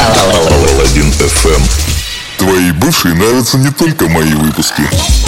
Паладин FM. Твоей бывшей нравятся не только мои выпуски.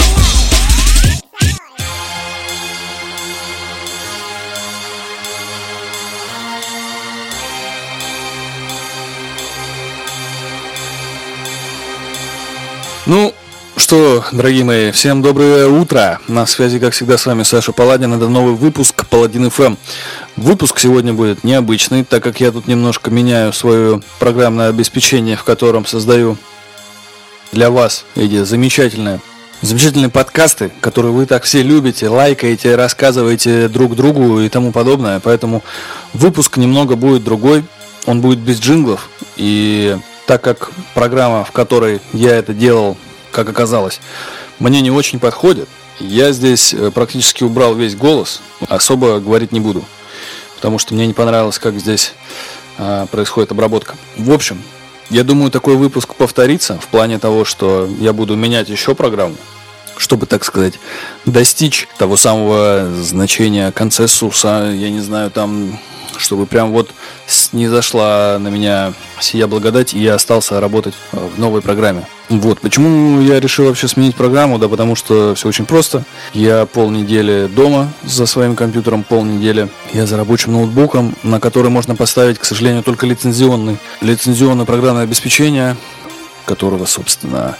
Ну что, дорогие мои, всем доброе утро. На связи, как всегда, с вами Саша Паладин. Это новый выпуск Паладин FM. Выпуск сегодня будет необычный, так как я тут немножко меняю свое программное обеспечение, в котором создаю для вас эти замечательные подкасты, которые вы так все любите, лайкаете, рассказываете друг другу и тому подобное. Поэтому выпуск немного будет другой, он будет без джинглов. И так как программа, в которой я это делал, как оказалось, мне не очень подходит, я здесь практически убрал весь голос, особо говорить не буду, потому что мне не понравилось, как здесь происходит обработка. В общем, я думаю, такой выпуск повторится в плане того, что я буду менять еще программу, чтобы, так сказать, достичь того самого значения консенсуса, я не знаю, там, чтобы прям вот снизошла на меня сия благодать, и я остался работать в новой программе. Вот, почему я решил вообще сменить программу? Да потому что все очень просто. Я полнедели дома за своим компьютером, полнедели я за рабочим ноутбуком, на который можно поставить, к сожалению, только лицензионное программное обеспечение, которого, собственно,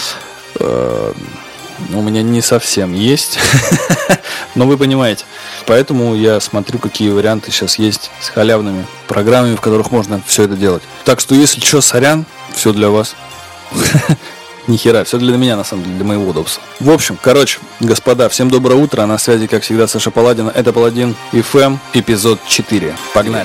у меня не совсем есть, но вы понимаете. Поэтому я смотрю, какие варианты сейчас есть с халявными программами, в которых можно все это делать. Так что, если что, сорян, все для вас. Нихера, все для меня, на самом деле, для моего удобства. В общем, господа, всем доброе утро. На связи, как всегда, Саша Паладин. Это Паладин FM, эпизод 4. Погнали.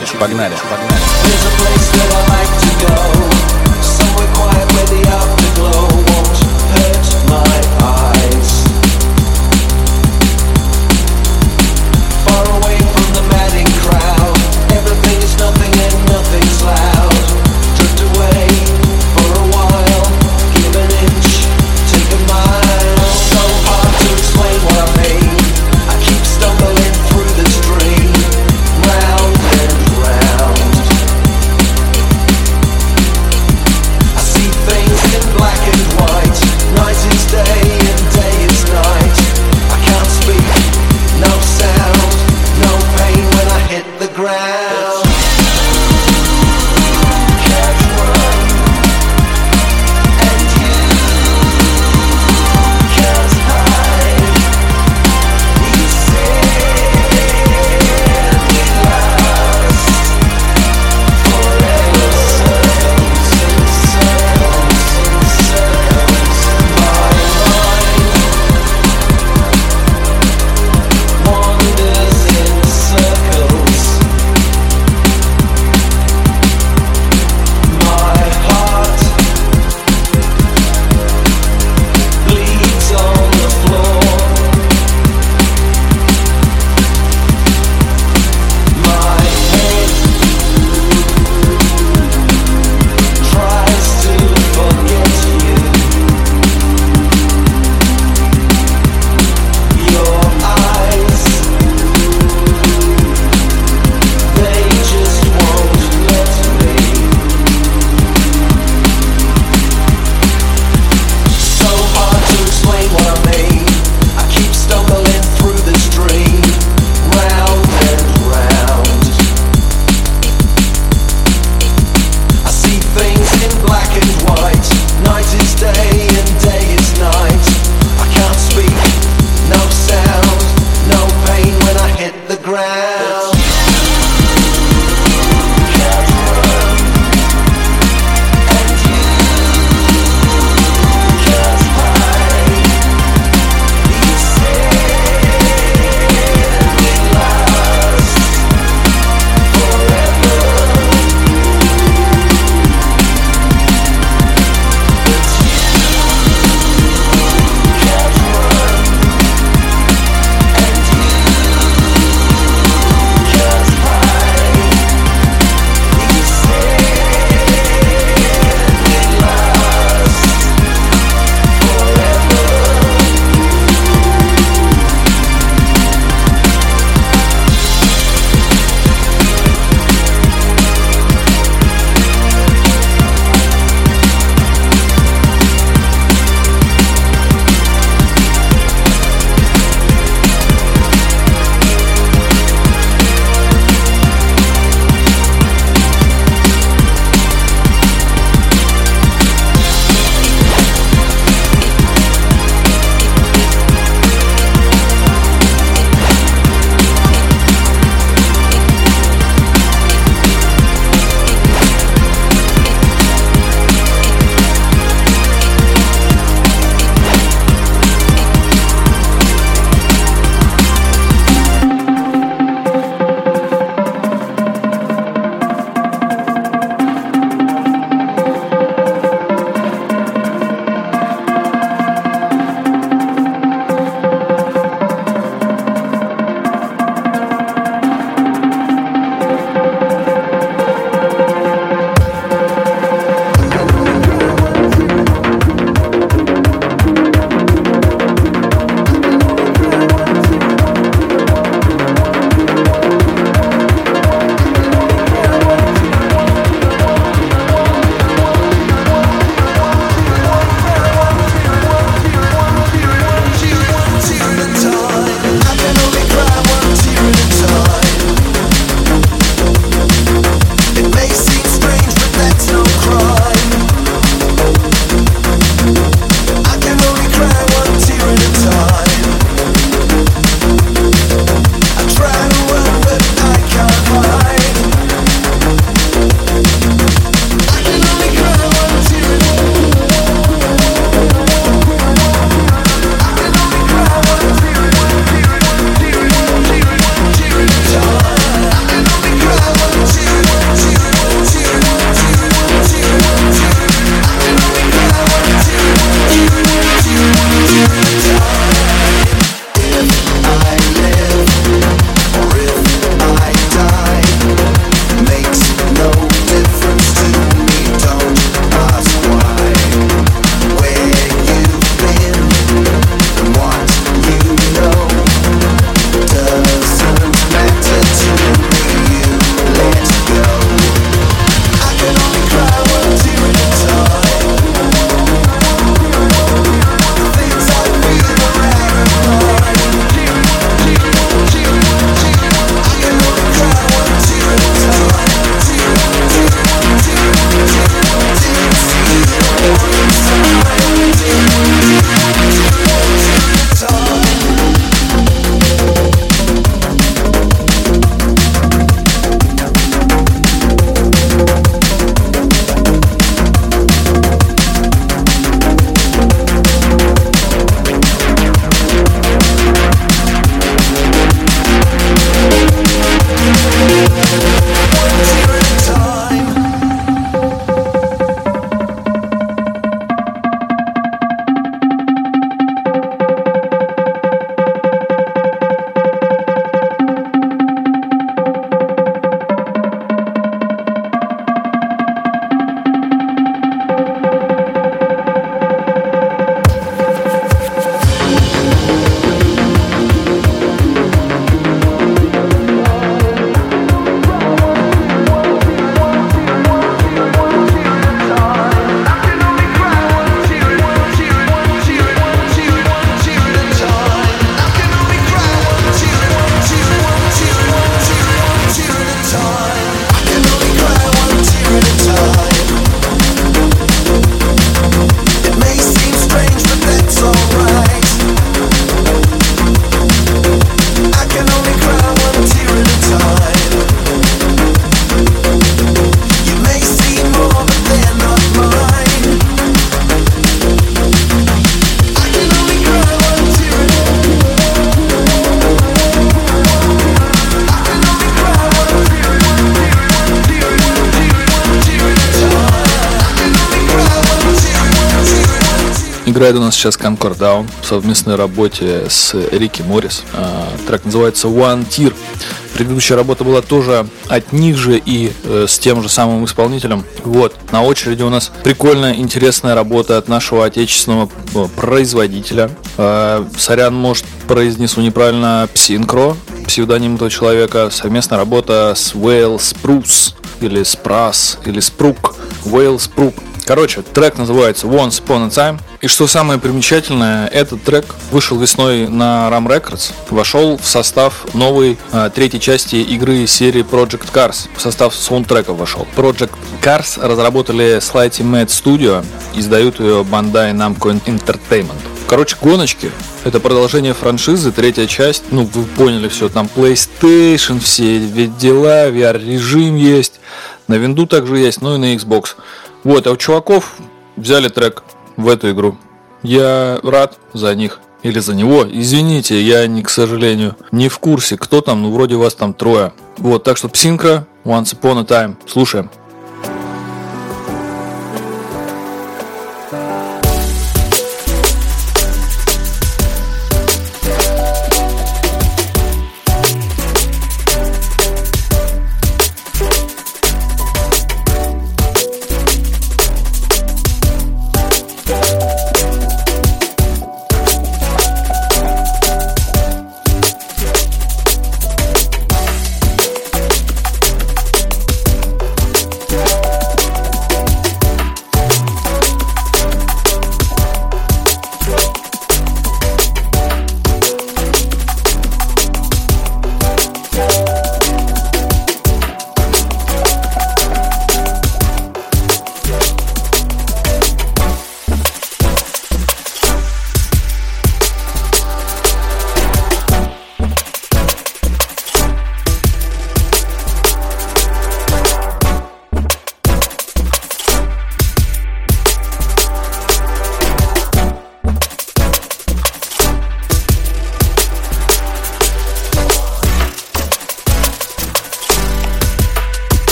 Играет у нас сейчас Concord Down в совместной работе с Рики Моррис. Трек называется One Tear. Предыдущая работа была тоже от них же и с тем же самым исполнителем. Вот, на очереди у нас прикольная, интересная работа от нашего отечественного производителя. Сорян, может, произнесу неправильно, Synchro, псевдоним этого человека. Совместная работа с Whale Spruce, или Spruce, или Spruck, Whale Spruck. Короче, трек называется Once Upon a Time. И что самое примечательное, этот трек вышел весной на Ram Records, вошел в состав новой третьей части игры серии Project Cars, в состав саундтрека вошел. Project Cars разработали Slightly Mad Studio, издают ее Bandai Namco Entertainment. Короче, гоночки — это продолжение франшизы, третья часть. Ну, вы поняли все, там PlayStation, все дела, VR-режим есть, на винду также есть, ну и на Xbox. Вот, а у чуваков взяли трек в эту игру. Я рад за них. Или за него. Извините, я, к сожалению, не в курсе, кто там, ну вроде вас там трое. Вот, так что Synchro, Once Upon a Time. Слушаем.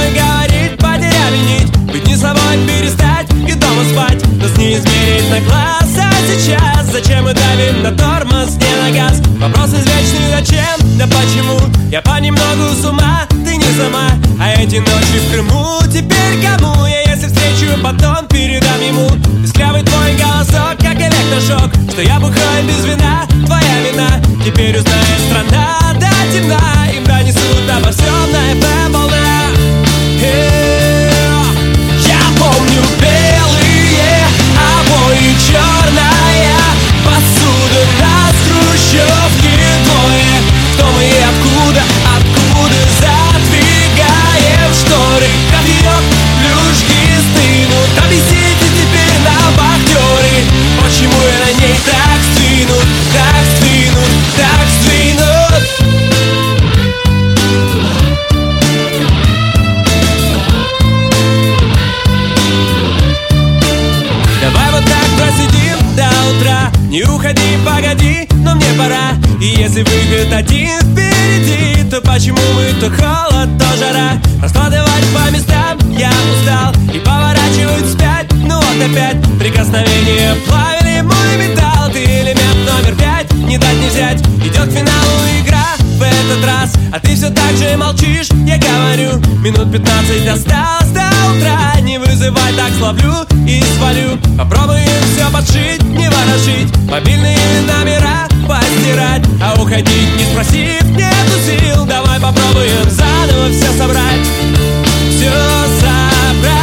тобой говорить, потеряли нить. Быть не собой, перестать и дома спать, нас не измерить на глаз. А сейчас зачем мы давим на тормоз, не на газ? Вопрос извечный, зачем, да почему? Я понемногу с ума, ты не сама. А эти ночи в Крыму теперь кому? Я если встречу, потом передам ему. Песклявый твой голосок, как электрошок, что я бухаю без вина, твоя вина. Теперь узнает страна до темна, им донесут обо всем на FM волна. Я помню белые обои, черная посуда, нас хрущевки двое. Кто мы и откуда, откуда задвигаем шторы? Кофеек, плюшки стынут, объясните теперь нам, вахтеры, почему я на ней так сдвинут, так сдвинут, так сдвинут. Давай вот так просидим до утра, не уходи, погоди, но мне пора. И если выход один впереди, то почему мы то холод, то жара? Раскладывать по местам я устал и поворачивают вспять. Ну вот опять прикосновение плавили мой металл. Ты элемент номер 5, не дать не взять. Идет к финалу игра в этот раз, а ты все так же молчишь. Я говорю, минут 15 осталось до утра. Не вызывай, так словлю и свалю. Попробуем все подшить, не ворошить, мобильные номера постирать. А уходить, не спросив, нету сил. Давай попробуем заново все собрать, все собрать.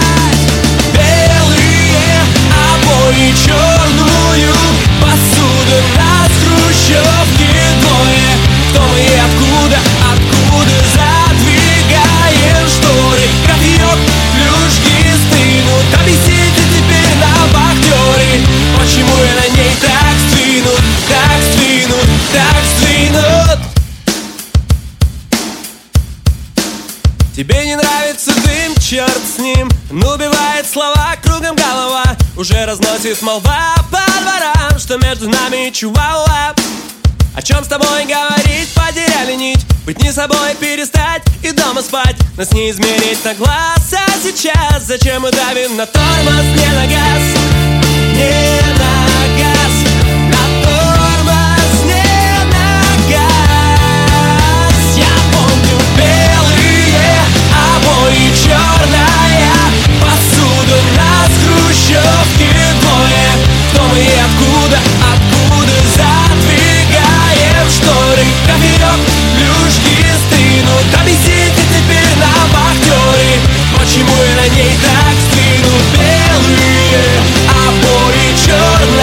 Белые обои, черную посуду, нас хрущевки двое. Кто мы и откуда, откуда задвигаем шторы? Кофеек, плюшки стынут, объясните теперь нам, вахтеры, почему я на ней так сдвинут, так сдвинут, так сдвинут. Тебе не нравится дым, черт с ним, но убивает слова, кругом голова. Уже разносит молва по дворам, что между нами чувала. О чем с тобой говорить, потеряли нить. Быть не собой, перестать и дома спать, нас не измерить на глаз. А сейчас зачем мы давим на тормоз, не на газ, не на газ, на тормоз, не на газ. Я помню белые обои, черная посуда, нас хрущевки двое. Кто мы и откуда, откуда задвигаем шторы? Кофеек, плюшки стынут, объясните теперь нам, вахтеры, почему я на ней так сдвинут. Белые обои, черная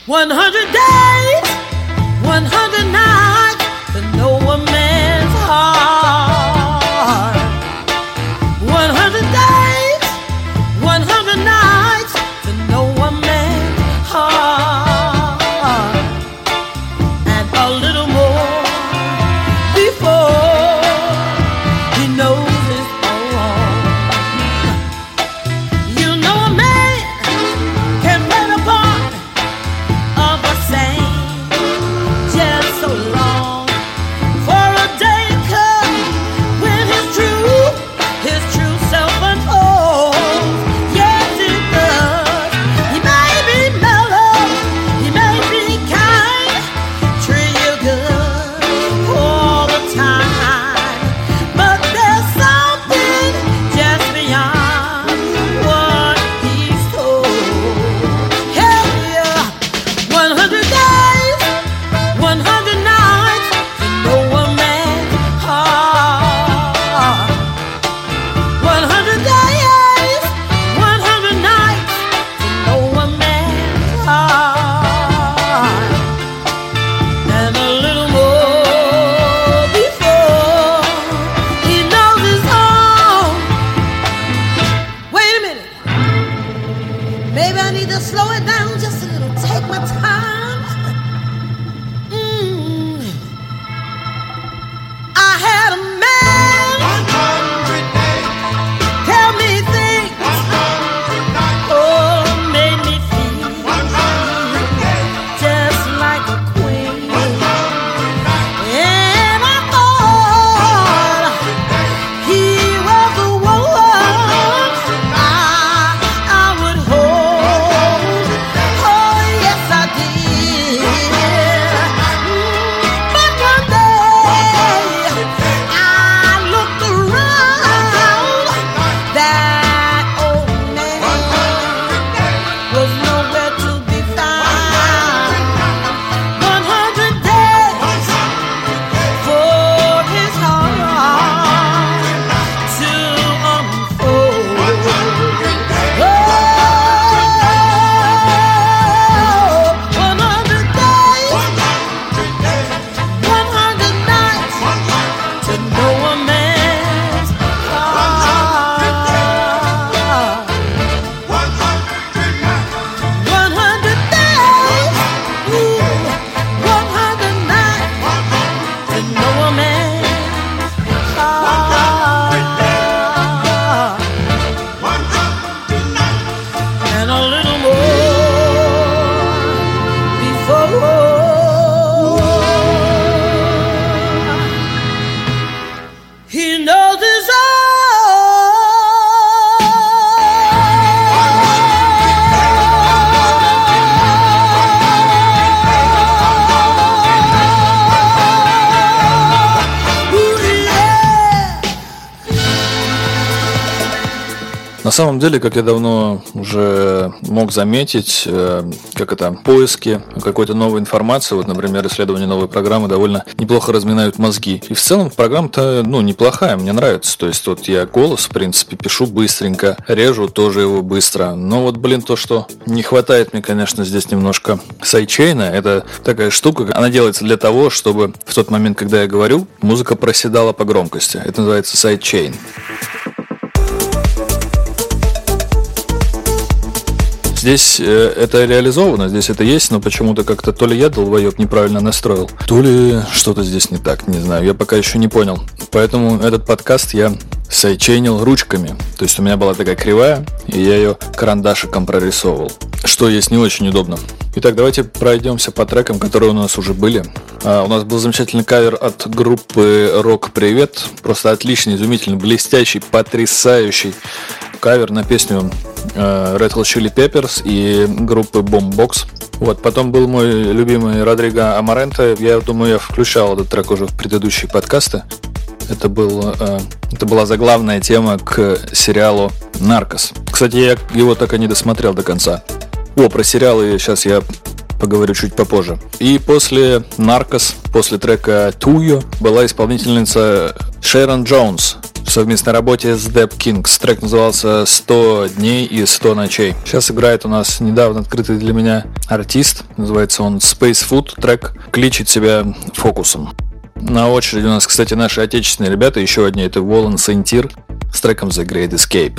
100 days, 100 nights to know a man's heart. 100 days, 100 nights to know a man's heart. And a little more before he knows his own. You know a man can play the part of a saint just so long, for a day comes when his true self unfolds. Yes, it does. He may be mellow, he may be kind, treat you good all the time, but there's something just beyond what he's told. Hell yeah, 100 days, 100 nights to know a man's heart. 100 days, 100 nights to know a man's heart. And a little more before he knows his own. Wait a minute. Maybe I need to slow it down just a little. Take my time. I had a man tell me things, oh, made me feel just like a queen. And I thought he was the one I would hold. Oh, yes, I did. But one day I looked around. That old man was nowhere to be found. 100 days for his heart to unfold. Oh, 100 days, 100 nights to know a man's heart. 100 days, 100 nights to know a man's heart. And a little more before he knows his На самом деле, как я давно уже мог заметить, поиски какой-то новой информации, вот, например, исследование новой программы довольно неплохо разминают мозги. И в целом программа-то, неплохая, мне нравится. То есть вот я голос, в принципе, пишу быстренько, режу тоже его быстро. Но вот, то, что не хватает мне, конечно, здесь немножко сайдчейна. Это такая штука, она делается для того, чтобы в тот момент, когда я говорю, музыка проседала по громкости. Это называется сайдчейн. Здесь это реализовано, здесь это есть, но почему-то как-то то ли я, долбоеб, неправильно настроил, то ли что-то здесь не так, не знаю, я пока еще не понял. Поэтому этот подкаст я сайдчейнил ручками, то есть у меня была такая кривая, и я ее карандашиком прорисовывал, что есть не очень удобно. Итак, давайте пройдемся по трекам, которые у нас уже были. У нас был замечательный кавер от группы «Рок Привет», просто отличный, изумительный, блестящий, потрясающий кавер на песню Red Hot Chili Peppers и группы Boombox. Вот, потом был мой любимый Родриго Амаренте. Я думаю, я включал этот трек уже в предыдущие подкасты. Это была заглавная тема к сериалу «Наркос». Кстати, я его так и не досмотрел до конца. Про сериалы сейчас я поговорю чуть попозже. И после «Наркос», после трека «Tuyo» была исполнительница Шэрон Джонс. в совместной работе с Deb Kings. Трек назывался «100 дней и 100 ночей». Сейчас играет у нас недавно открытый для меня артист. Называется он Space Food. Трек кличет себя фокусом. На очереди у нас, кстати, наши отечественные ребята. Еще одни — это Волан Сентир с треком The Great Escape.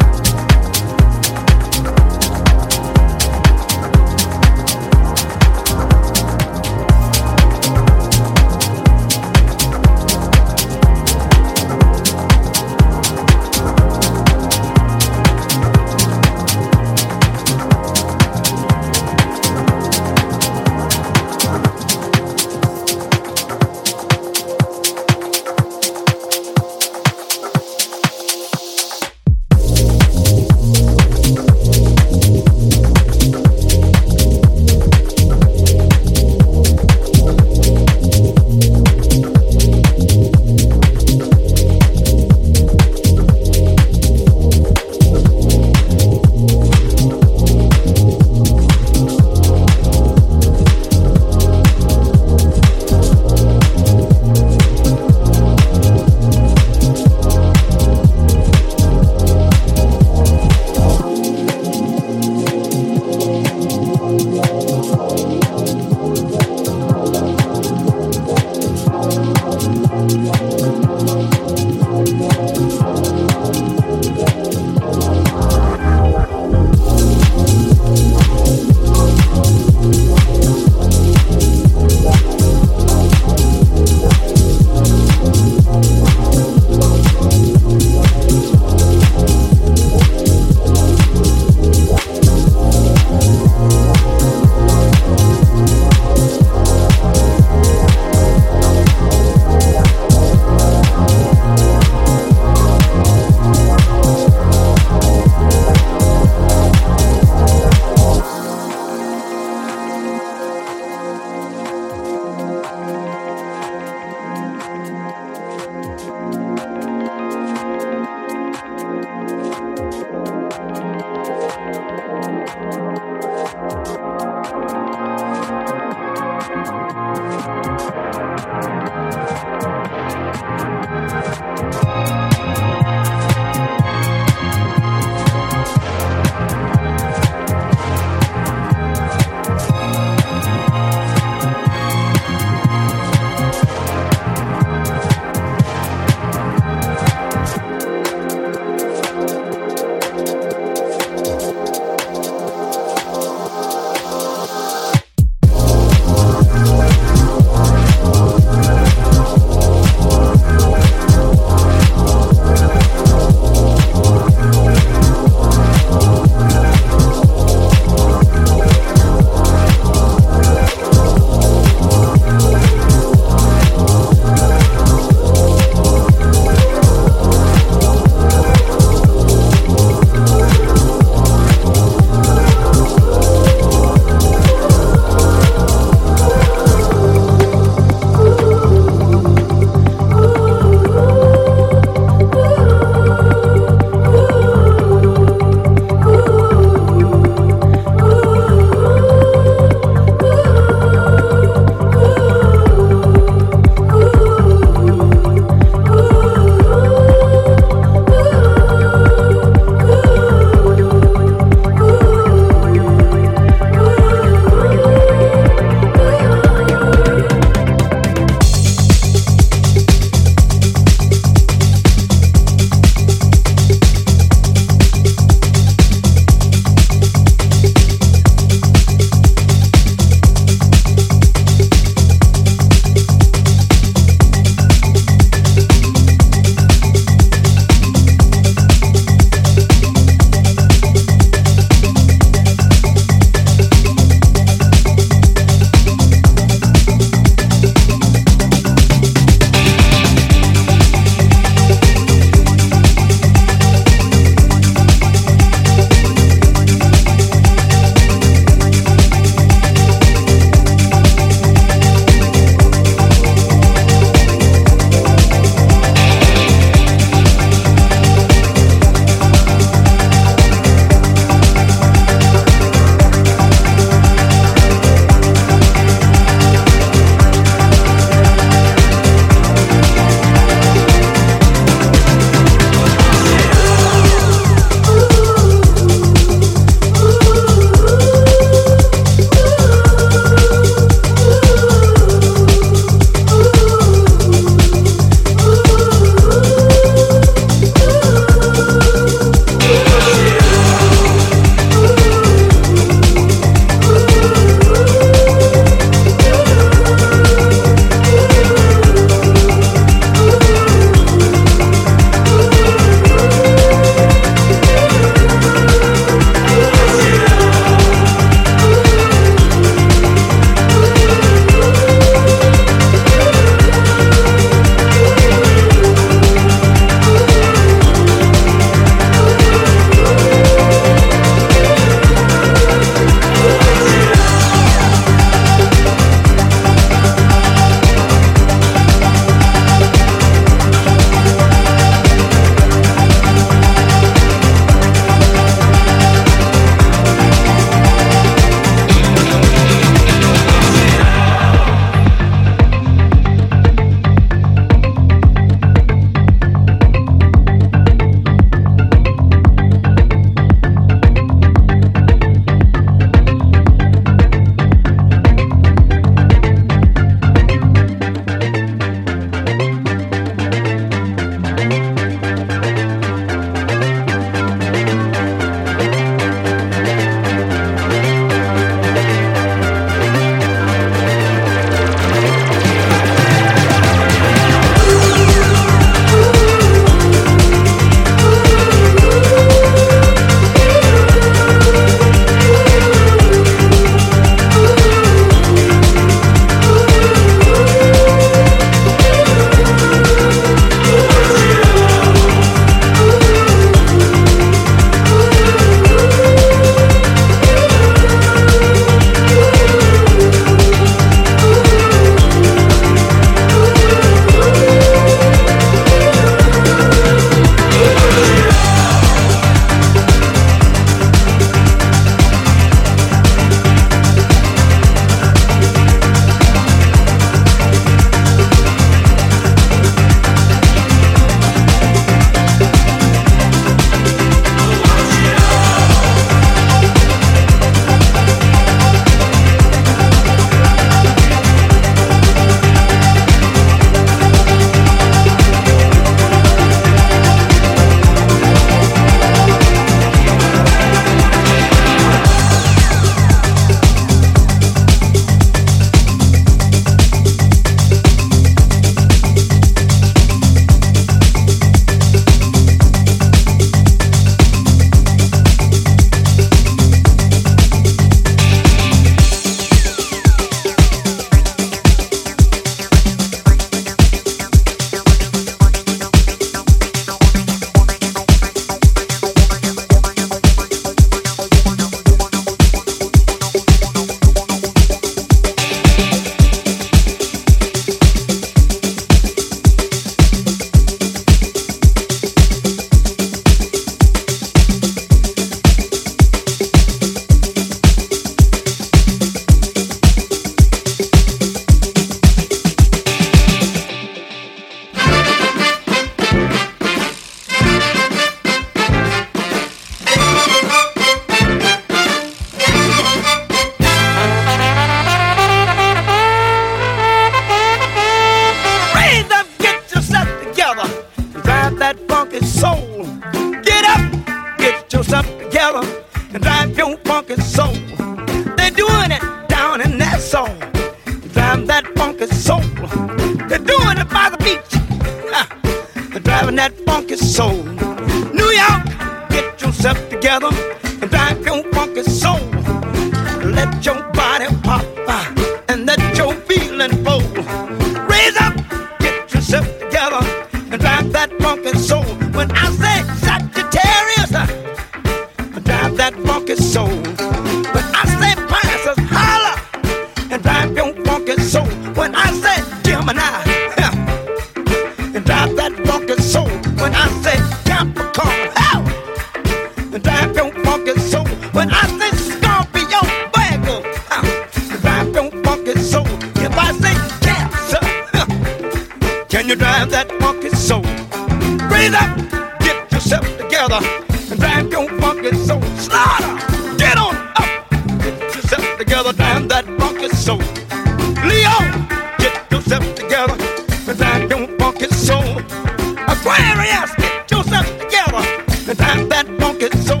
funky soul. They're doing it down in that soul. Driving that funky soul. They're doing it by the beach. They're driving that funky soul. New York, get yourself together and drive your funky soul. Let your body pop and let your feeling flow. Raise up, get yourself together and drive that funky soul. When I say Sagittarius, drive that funky soul. When I say Pisces, holla and drive your funky soul. When I say Gemini, and drive that funky soul. When I say Capricorn, and drive your funky soul. When I say Scorpio, Virgo, and drive your funky soul. If I say Cancer, can you drive that funky soul? Raise up, get yourself together and drive your funky soul. Slaughter, get on up, get yourself together, drive that funky soul. Leo, get yourself together and drive your funky soul. Aquarius, get yourself together and drive that funky soul.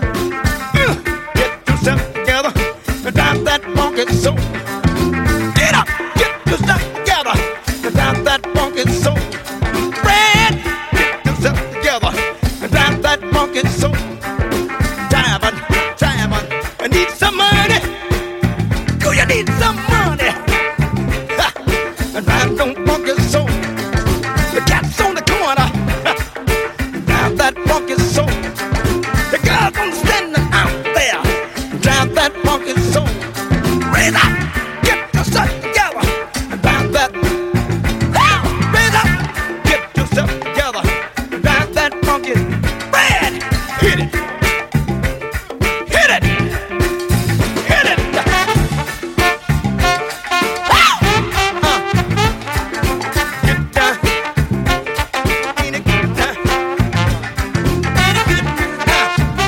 Get yourself together and drive that funky soul. Get up, get yourself together and drive that funky soul. Fred, get yourself together and drive that funky soul. Diamond, I need some money. Do you need some money? And drive your funky soul. The cat's on the corner. Drive that funky soul. The girls on standing out there. Drive that funky soul. Raise up, get yourself together. And drive that. Raise up, get yourself together. And drive that funky. Red, hit it. Hit it. Hit it. Get down. Ain't it good now? Ain't it good now?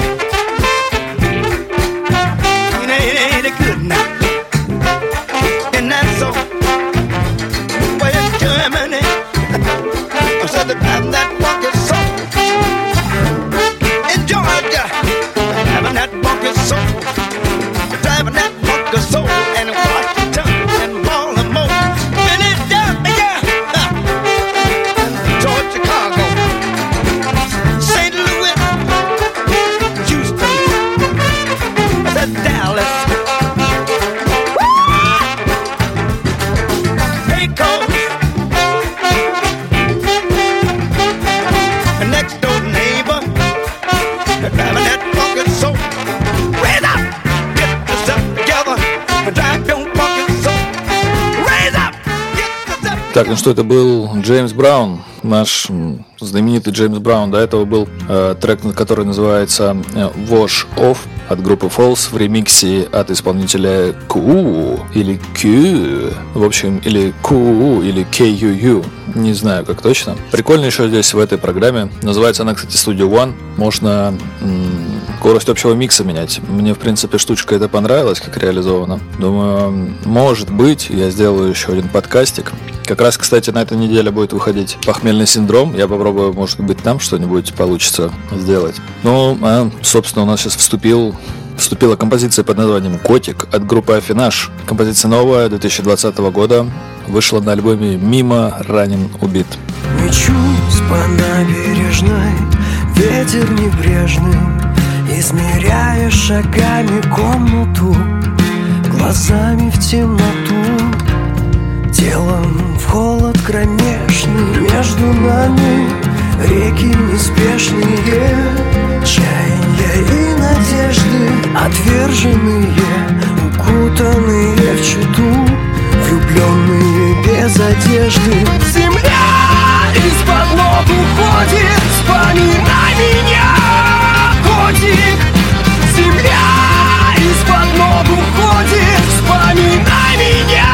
Ain't it good now? And that's so. Way in Germany, I said to have that funky soul. In Georgia, having that funky soul. Driving that funky soul. And in Washington and Baltimore. Philadelphia, Georgia, Chicago, St. Louis, Houston, I said Dallas, Pecos, the next door neighbor, driving that funky soul. Raise up, get yourself together, drive your funky soul. Raise up, get yourself. Так, ну что, это был Джеймс Браун, наш знаменитый Джеймс Браун. До этого был трек, который называется Wash Off от группы Falls в ремиксе от исполнителя Q или Q, в общем, или Q или KUU, не знаю как точно. Прикольно еще здесь в этой программе, называется она, кстати, Studio One, можно скорость общего микса менять. Мне, в принципе, штучка эта понравилась, как реализована. Думаю, может быть, я сделаю еще один подкастик. Как раз, кстати, на этой неделе будет выходить «Похмельный синдром». Я попробую, может быть, там что-нибудь получится сделать. Ну, собственно, у нас сейчас вступила композиция под названием «Котик» от группы Афинаж. Композиция новая, 2020 года. Вышла на альбоме «Мимо, ранен, убит». Мечусь по набережной, ветер небрежный, измеряя шагами комнату, глазами в темноту, телом в холод кромешный. Между нами реки неспешные, чаяния и надежды, отверженные, укутанные в чаду, влюбленные без одежды. Земля из-под ног уходит, вспоминай меня, котик. Земля из-под ног уходит, вспоминай меня,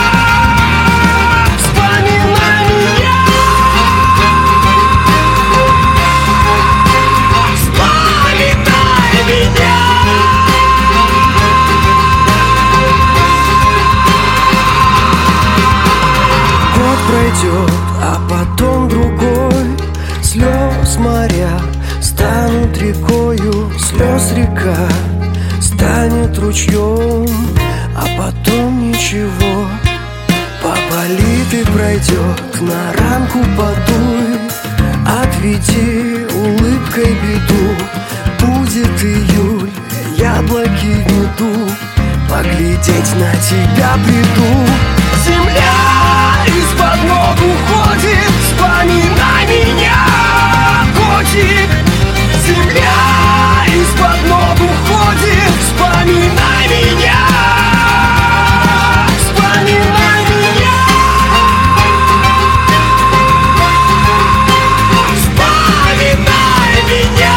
вспоминай меня, вспоминай меня. Год пройдет, станет ручьем, а потом ничего. Поболит и пройдет, на ранку подуй. Отведи улыбкой беду. Будет июль, яблоки в меду. Поглядеть на тебя приду. Земля из-под ног уходит. Вспоминай меня, котик. Земля из-под ног уходит. Вспоминай меня. Вспоминай меня. Вспоминай меня.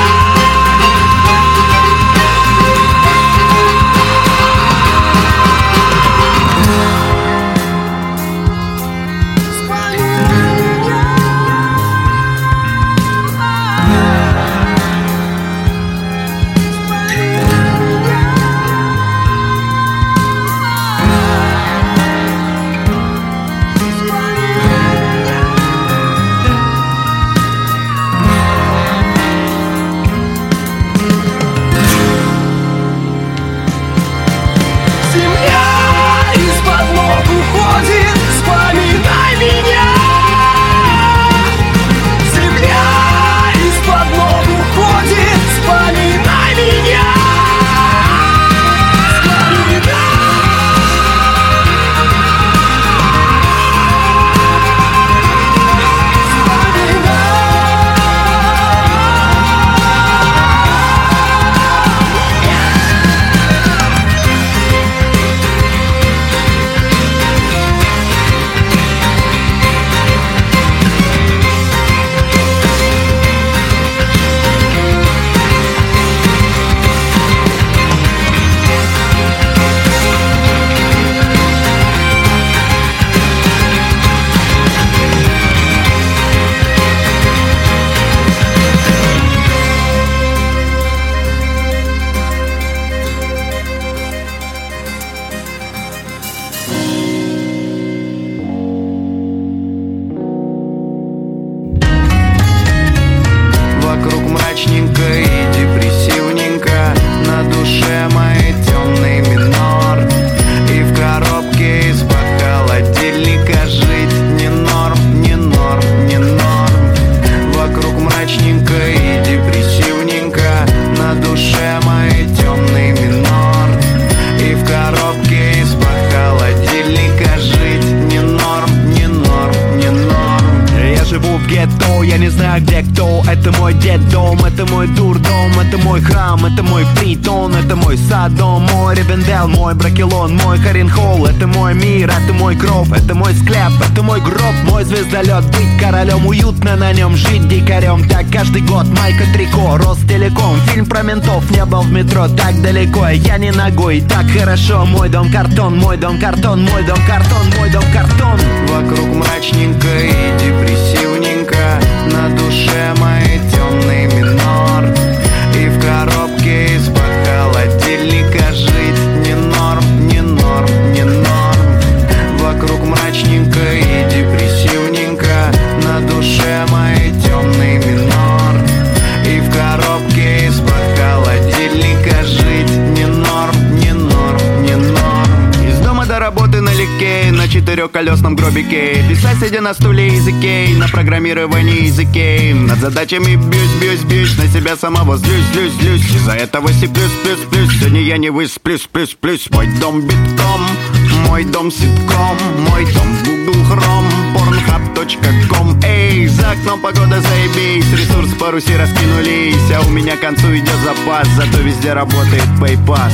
Я не знаю, где кто. Это мой детдом, это мой дурдом, это мой храм, это мой притон, это мой Содом, мой Ривенделл, мой Бракелон, мой Харенхолл. Это мой мир, это мой гроб, это мой склеп, это мой гроб, мой звездолет. Быть королем, уютно на нем, жить дикарем. Так каждый год, майка трико, Ростелеком. Фильм про ментов, не был в метро так далеко. Я не ногой, так хорошо. Мой дом картон, мой дом картон, мой дом картон, мой дом картон. Вокруг мрачненько и депрессивненько, на душе моей темный минор. И в коробке из-под холодильника жить не норм, не норм, не норм. Вокруг мрачненько и депрессивненько, на душе моей темный минор. И в коробке из-под холодильника жить не норм, не норм, не норм. Из дома до работы налегке, на четырехколесном гробике. Писать, сидя на стуле языке, на программировании языке. Над задачами бьюсь, на себя самого злюсь. Из-за этого C++, сегодня я не высплюсь, плюс. Мой дом битком, мой дом ситком, мой дом Google Chrome, pornhub.com. Эй, за окном погода заебись, ресурс по Руси раскинулись, а у меня к концу идет запас, зато везде работает PayPass.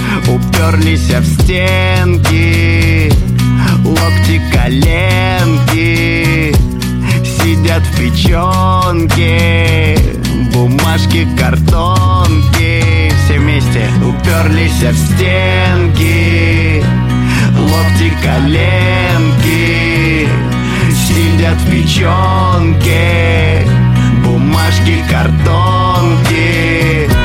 Уперлись в стенки, локти, коленки, сидят в печенке, бумажки, картонки. Все вместе уперлись в стенки, локти, коленки, сидят в печенке, бумажки, картонки.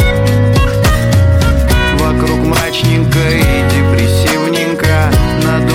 Вокруг мрачненько и депрессивненько, на